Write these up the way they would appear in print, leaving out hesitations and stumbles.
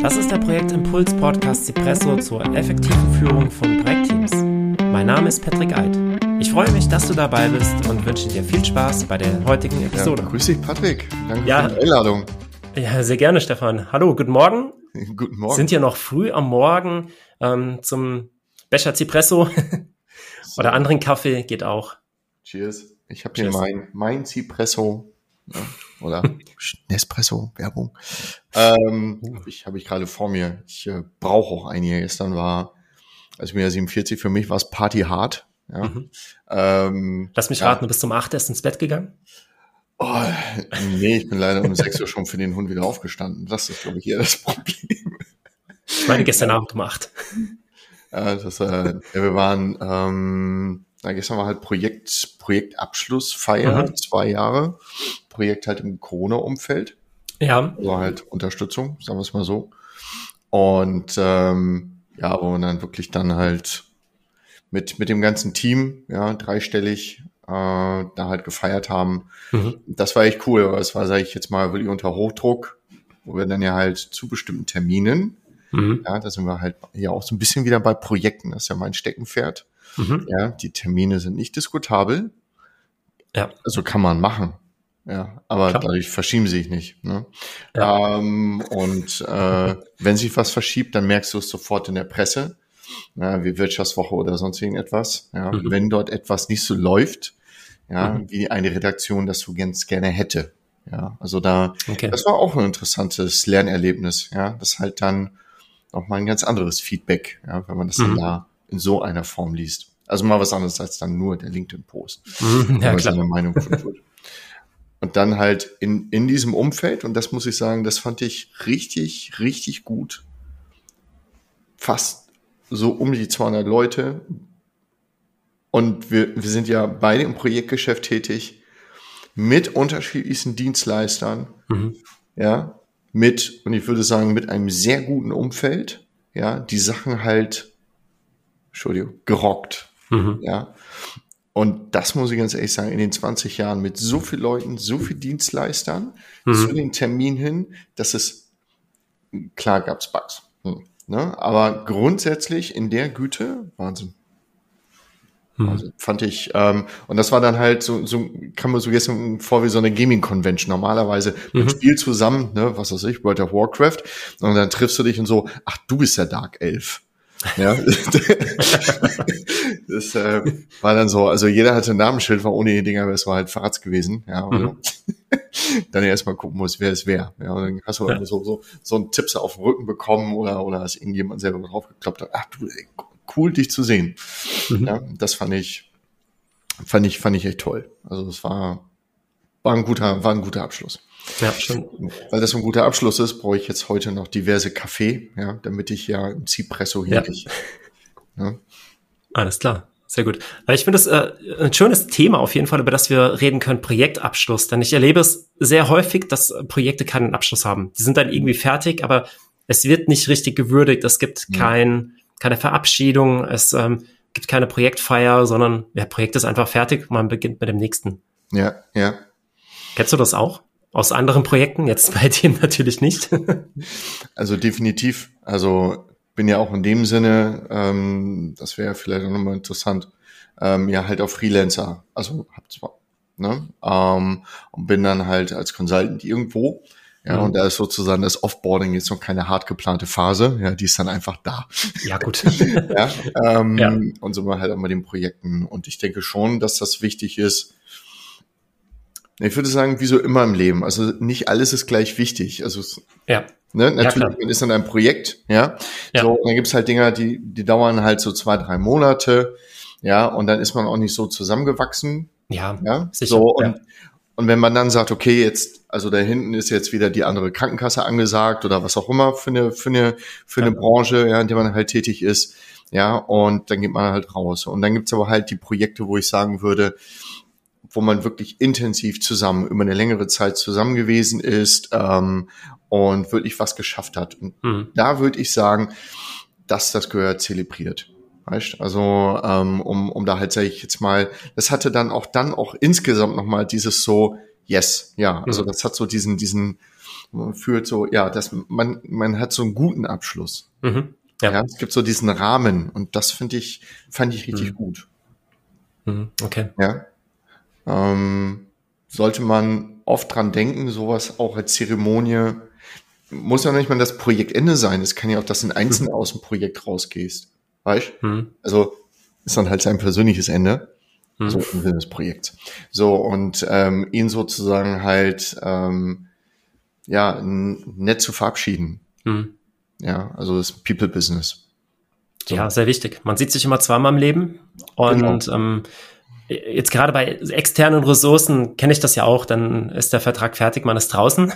Das ist der Projektimpuls-Podcast Cipresso zur effektiven Führung von Projektteams. Mein Name ist Patrick Eid. Ich freue mich, dass du dabei bist und wünsche dir viel Spaß bei der heutigen Episode. Ja, grüß dich, Patrick. Danke für die Einladung. Ja, sehr gerne, Stefan. Hallo, guten Morgen. Guten Morgen. Sind ja noch früh am Morgen zum Becher Cipresso oder anderen Kaffee geht auch. Cheers. Ich habe hier mein Cipresso, ja, oder Nespresso, Werbung. Habe ich gerade vor mir. Ich brauche auch einige. Gestern war, also ich bin ja 47, für mich war es Party hart. Ja. Lass mich raten, du bist um 8 erst ins Bett gegangen? Oh, nee, ich bin leider um 6 Uhr schon für den Hund wieder aufgestanden. Das ist, glaube ich, eher das Problem. Ich meine, gestern Abend um 8. Wir waren, gestern war halt Projektabschlussfeier, 2 Jahre. Projekt halt im Corona-Umfeld. Ja. Also halt Unterstützung, sagen wir es mal so. Und wo wir dann wirklich dann halt mit dem ganzen Team, ja, dreistellig da halt gefeiert haben. Das war echt cool, aber es war, sage ich jetzt mal, wirklich unter Hochdruck, wo wir dann ja halt zu bestimmten Terminen, ja, da sind wir halt ja auch so ein bisschen wieder bei Projekten, das ist ja mein Steckenpferd. Ja, die Termine sind nicht diskutabel, ja, also kann man machen, ja, aber dadurch verschieben sie sich nicht, ne? Ja. Wenn sich was verschiebt, dann merkst du es sofort in der Presse, ja, wie Wirtschaftswoche oder sonst irgendetwas, ja, wenn dort etwas nicht so läuft, ja, wie eine Redaktion das so ganz gerne hätte, ja, also das war auch ein interessantes Lernerlebnis, ja, das halt dann auch mal ein ganz anderes Feedback, ja, wenn man das dann da in so einer Form liest. Also mal was anderes als dann nur der LinkedIn-Post. Ja, klar. Seine Meinung wird. Und dann halt in diesem Umfeld, und das muss ich sagen, das fand ich richtig, richtig gut. Fast so um die 200 Leute. Und wir sind ja beide im Projektgeschäft tätig, mit unterschiedlichsten Dienstleistern, ja, und ich würde sagen, mit einem sehr guten Umfeld, ja, die Sachen halt, gerockt, ja. Und das muss ich ganz ehrlich sagen, in den 20 Jahren mit so vielen Leuten, so vielen Dienstleistern, zu den Terminen hin, dass es, klar gab's Bugs, ne, aber grundsätzlich in der Güte, Wahnsinn. Also fand ich, und das war dann halt so kam mir so gestern vor wie so eine Gaming-Convention. Normalerweise ein Spiel zusammen, ne, was weiß ich, World of Warcraft, und dann triffst du dich und so, ach, du bist der Dark Elf. Ja, das war dann so, also jeder hatte ein Namenschild, war ohne die Dinger, aber es war halt Verratz gewesen, ja, und dann erstmal gucken musst, wer es wäre, ja, und dann hast du so einen Tipps auf den Rücken bekommen oder hast irgendjemand selber drauf gekloppt hat, ach du, ey, cool, dich zu sehen. Ja, das fand ich echt toll. Also das war ein guter Abschluss. Ja, schon. Weil das so ein guter Abschluss ist, brauche ich jetzt heute noch diverse Kaffee, ja, damit ich ja im Cipresso hinkriege. Ja. Alles klar. Sehr gut. Weil ich finde das ein schönes Thema auf jeden Fall, über das wir reden können, Projektabschluss. Denn ich erlebe es sehr häufig, dass Projekte keinen Abschluss haben. Die sind dann irgendwie fertig, aber es wird nicht richtig gewürdigt. Es gibt keine Verabschiedung, es gibt keine Projektfeier, sondern Projekt ist einfach fertig und man beginnt mit dem nächsten. Ja, ja. Kennst du das auch? Aus anderen Projekten? Jetzt bei dir natürlich nicht. Also definitiv. Also bin ja auch in dem Sinne, das wäre vielleicht auch nochmal interessant, halt auch Freelancer. Also hab zwar, ne? Und bin dann halt als Consultant irgendwo. Ja, und da ist sozusagen das Offboarding jetzt noch keine hart geplante Phase. Ja, die ist dann einfach da. Ja, gut. Und so mal halt auch mit den Projekten. Und ich denke schon, dass das wichtig ist. Ich würde sagen, wie so immer im Leben. Also nicht alles ist gleich wichtig. Also, ne, natürlich, man ist in einem Projekt, ja. So, und dann gibt's halt Dinge, die dauern halt so 2-3 Monate. Ja, und dann ist man auch nicht so zusammengewachsen. Ja, sicher. So, und wenn man dann sagt, okay, jetzt, also da hinten ist jetzt wieder die andere Krankenkasse angesagt oder was auch immer für eine Branche, ja, in der man halt tätig ist, ja, und dann geht man halt raus. Und dann gibt's aber halt die Projekte, wo ich sagen würde, wo man wirklich intensiv zusammen über eine längere Zeit zusammen gewesen ist und wirklich was geschafft hat. Und da würde ich sagen, dass das gehört zelebriert. Weißt? Also um da halt, sage ich jetzt mal, das hatte dann auch insgesamt nochmal dieses so, yes, ja, also das hat so diesen führt, so, ja, dass man hat so einen guten Abschluss. Mhm. Ja. Es gibt so diesen Rahmen und das fand ich richtig gut. Okay. Ja. Sollte man oft dran denken, sowas auch als Zeremonie, muss ja nicht mal das Projektende sein. Es kann ja auch, dass du einzeln aus dem Projekt rausgehst. Weißt du? Also ist dann halt sein persönliches Ende. So im Sinne des Projekts. So, und ihn sozusagen halt nett zu verabschieden. Ja, also das People-Business. So. Ja, sehr wichtig. Man sieht sich immer zweimal im Leben und jetzt gerade bei externen Ressourcen kenne ich das ja auch, dann ist der Vertrag fertig, man ist draußen.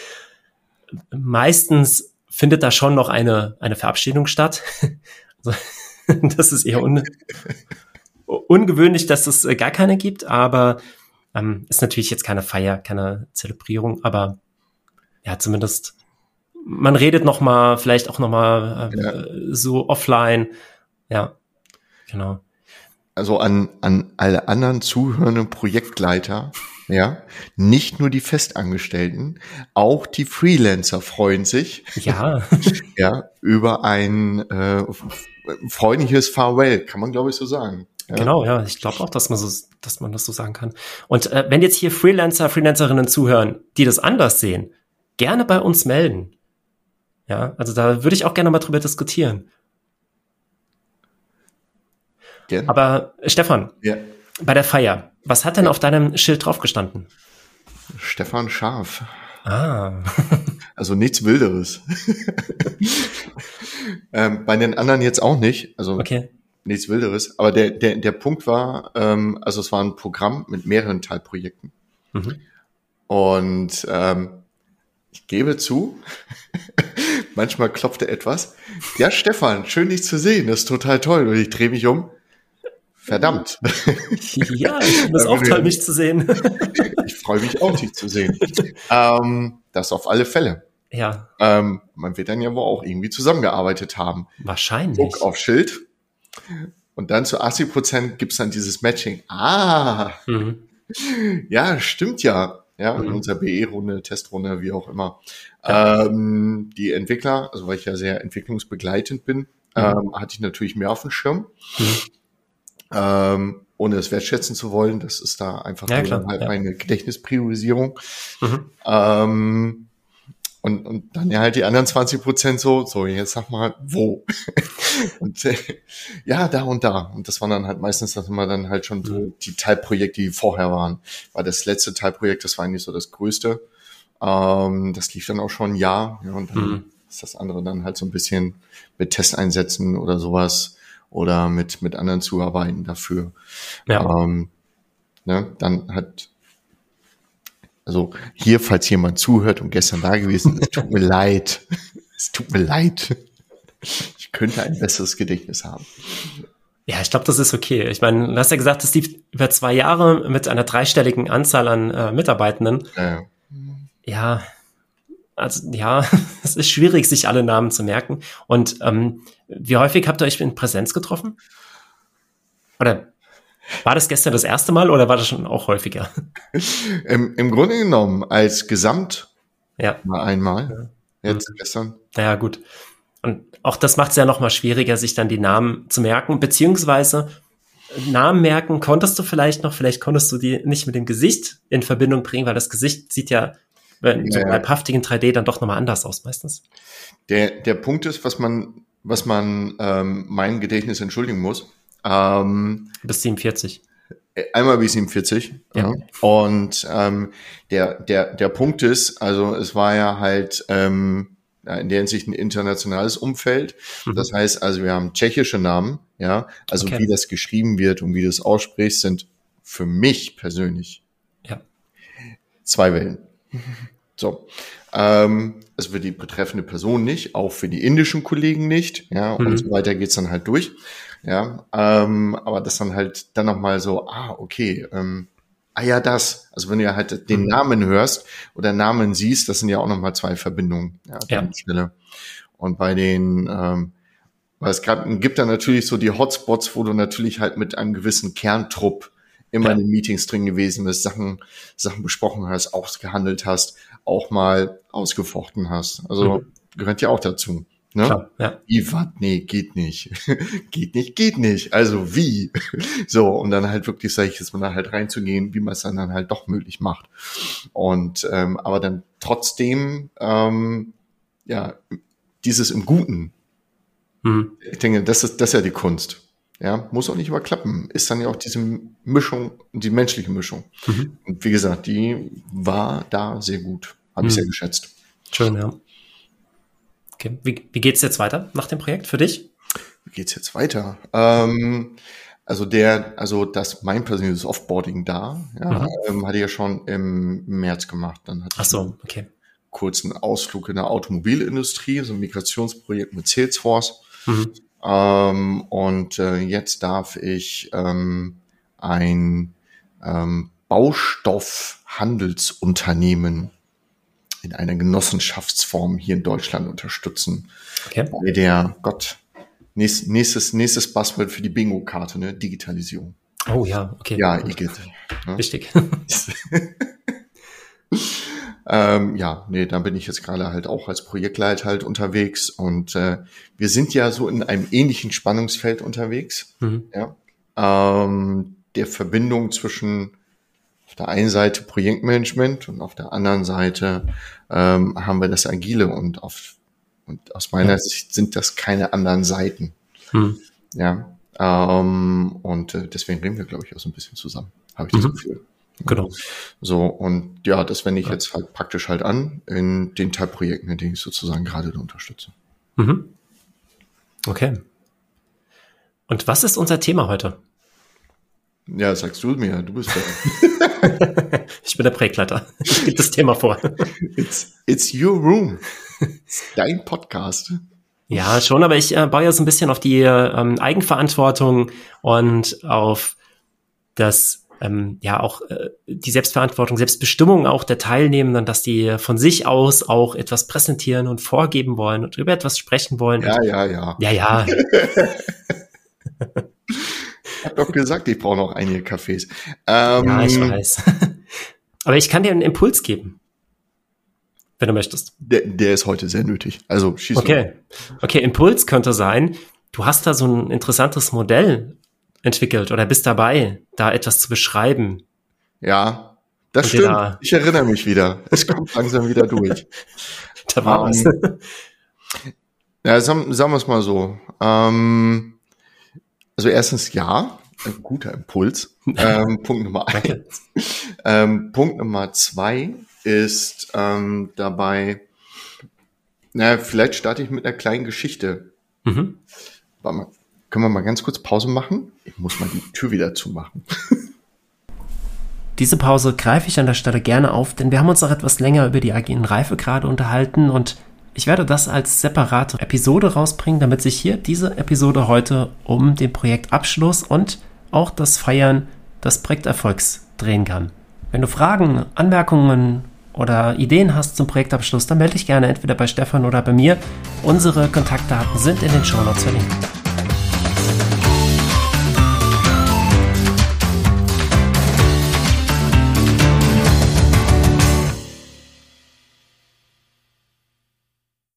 Meistens findet da schon noch eine Verabschiedung statt. Also, das ist eher ungewöhnlich, dass es gar keine gibt, aber ist natürlich jetzt keine Feier, keine Zelebrierung, aber ja, zumindest man redet vielleicht auch noch mal so offline. Ja, genau. Also an alle anderen zuhörenden Projektleiter, ja, nicht nur die Festangestellten, auch die Freelancer freuen sich, über ein freundliches Farewell, kann man glaube ich so sagen. Ja. Genau, ja, ich glaube auch, dass man das so sagen kann. Und wenn jetzt hier Freelancerinnen zuhören, die das anders sehen, gerne bei uns melden. Ja, also da würde ich auch gerne mal drüber diskutieren. Gerne. Aber Stefan, bei der Feier, was hat denn auf deinem Schild drauf gestanden? Stefan Scharf. Ah. Also nichts Wilderes. Bei den anderen jetzt auch nicht. Also nichts Wilderes. Aber der Punkt war, also es war ein Programm mit mehreren Teilprojekten. Und ich gebe zu, manchmal klopfte etwas. Ja, Stefan, schön dich zu sehen. Das ist total toll. Und ich drehe mich um. Verdammt. Ja, ich finde das auch toll, mich zu sehen. Ich freue mich auch, dich zu sehen. Das auf alle Fälle. Ja. Man wird dann ja wohl auch irgendwie zusammengearbeitet haben. Wahrscheinlich. Druck auf Schild. Und dann zu 80% gibt's dann dieses Matching. Ja, stimmt ja. Ja, in unserer BE-Runde, Testrunde, wie auch immer. Ja. Die Entwickler, also weil ich ja sehr entwicklungsbegleitend bin, hatte ich natürlich mehr auf dem Schirm. Ohne es wertschätzen zu wollen, das ist da einfach eine Gedächtnispriorisierung. Und dann ja halt die anderen 20% so, jetzt sag mal, wo? Und da und da. Und das waren dann halt meistens, dass immer dann halt schon so die Teilprojekte, die vorher waren. Weil das letzte Teilprojekt, das war eigentlich so das größte. Das lief dann auch schon ein Jahr. Ja, und dann ist das andere dann halt so ein bisschen mit Testeinsätzen oder sowas oder mit anderen Zuarbeiten dafür. Ja. Dann hat also hier, falls jemand zuhört und gestern da gewesen ist, tut mir leid. Es tut mir leid. Ich könnte ein besseres Gedächtnis haben. Ja, ich glaube, das ist okay. Ich meine, du hast ja gesagt, es lief über 2 Jahre mit einer 3-stelligen Anzahl an Mitarbeitenden. Ja, also es ist schwierig, sich alle Namen zu merken. Und wie häufig habt ihr euch in Präsenz getroffen? Oder war das gestern das erste Mal oder war das schon auch häufiger? Im Grunde genommen als Gesamt mal einmal. Jetzt gestern. Ja, gut. Und auch das macht es ja noch mal schwieriger, sich dann die Namen zu merken, beziehungsweise Namen merken konntest du vielleicht konntest du die nicht mit dem Gesicht in Verbindung bringen, weil das Gesicht sieht ja so bei leibhaftigen 3D dann doch nochmal anders aus meistens. Der Punkt ist, was man mein Gedächtnis entschuldigen muss. Bis 47. Einmal bis 47. Ja. Und der Punkt ist, also es war ja halt in der Hinsicht ein internationales Umfeld. Das heißt also, wir haben tschechische Namen, also wie das geschrieben wird und wie du es aussprichst, sind für mich persönlich 2 Wellen. So. Also für die betreffende Person nicht, auch für die indischen Kollegen nicht, und so weiter geht's dann halt durch. Aber das dann halt dann nochmal so, okay, das. Also wenn du ja halt den Namen hörst oder Namen siehst, das sind ja auch nochmal 2 Verbindungen. Stelle. Und bei den, weil es gibt dann natürlich so die Hotspots, wo du natürlich halt mit einem gewissen Kerntrupp immer in den Meetings drin gewesen bist, Sachen besprochen hast, ausgehandelt hast, auch mal ausgefochten hast. Also gehört ja auch dazu. Ne? Klar, ja. Wie, was? Nee, geht nicht. geht nicht. Also wie? So, und dann halt wirklich, sag ich jetzt mal, halt reinzugehen, wie man es dann halt doch möglich macht. Und aber dann trotzdem, dieses im Guten. Ich denke, das ist ja die Kunst. Ja, muss auch nicht immer klappen. Ist dann ja auch diese Mischung, die menschliche Mischung. Und wie gesagt, die war da sehr gut. Habe ich sehr geschätzt. Schön, ja. Okay. Wie geht's jetzt weiter nach dem Projekt für dich? Wie geht's jetzt weiter? Also mein persönliches Offboarding da, hatte ich ja schon im März gemacht. Dann hatte ich kurz einen Ausflug in der Automobilindustrie, so ein Migrationsprojekt mit Salesforce. Und jetzt darf ich ein Baustoffhandelsunternehmen in einer Genossenschaftsform hier in Deutschland unterstützen. Okay. Bei der, nächstes Buzzword für die Bingo-Karte, ne? Digitalisierung. Oh ja, okay. Ja, IGIT. Ne? Richtig. Da bin ich jetzt gerade halt auch als Projektleiter halt unterwegs und wir sind ja so in einem ähnlichen Spannungsfeld unterwegs. Der Verbindung zwischen auf der einen Seite Projektmanagement und auf der anderen Seite haben wir das Agile und aus meiner Sicht sind das keine anderen Seiten. Deswegen reden wir, glaube ich, auch so ein bisschen zusammen, habe ich das Gefühl. Genau. So, und ja, das wende ich jetzt halt praktisch halt an in den Teilprojekten, in denen ich sozusagen gerade unterstütze. Okay. Und was ist unser Thema heute? Ja, sagst du mir, du bist der. Ich bin der Projektleiter. Ich gebe das Thema vor. It's your room. It's dein Podcast. Ja, schon, aber ich baue ja so ein bisschen auf die Eigenverantwortung und auf das die Selbstverantwortung, Selbstbestimmung auch der Teilnehmenden, dass die von sich aus auch etwas präsentieren und vorgeben wollen und über etwas sprechen wollen. Ja. Ja. Ich hab doch gesagt, ich brauche noch einige Kaffees. Ja, ich weiß. Aber ich kann dir einen Impuls geben, wenn du möchtest. Der ist heute sehr nötig. Also schieß los. Okay, Impuls könnte sein, du hast da so ein interessantes Modell entwickelt oder bist dabei, da etwas zu beschreiben. Ja, das stimmt. Ich erinnere mich wieder. Es kommt langsam wieder durch. Da war was. Ja, sagen wir es mal so. Also erstens ja, ein guter Impuls. Punkt Nummer 1. Punkt Nummer 2 ist dabei, vielleicht starte ich mit einer kleinen Geschichte. Warte mal. Können wir mal ganz kurz Pause machen? Ich muss mal die Tür wieder zumachen. Diese Pause greife ich an der Stelle gerne auf, denn wir haben uns noch etwas länger über die agilen Reifegrade unterhalten und ich werde das als separate Episode rausbringen, damit sich hier diese Episode heute um den Projektabschluss und auch das Feiern des Projekterfolgs drehen kann. Wenn du Fragen, Anmerkungen oder Ideen hast zum Projektabschluss, dann melde dich gerne entweder bei Stefan oder bei mir. Unsere Kontaktdaten sind in den Shownotes verlinkt.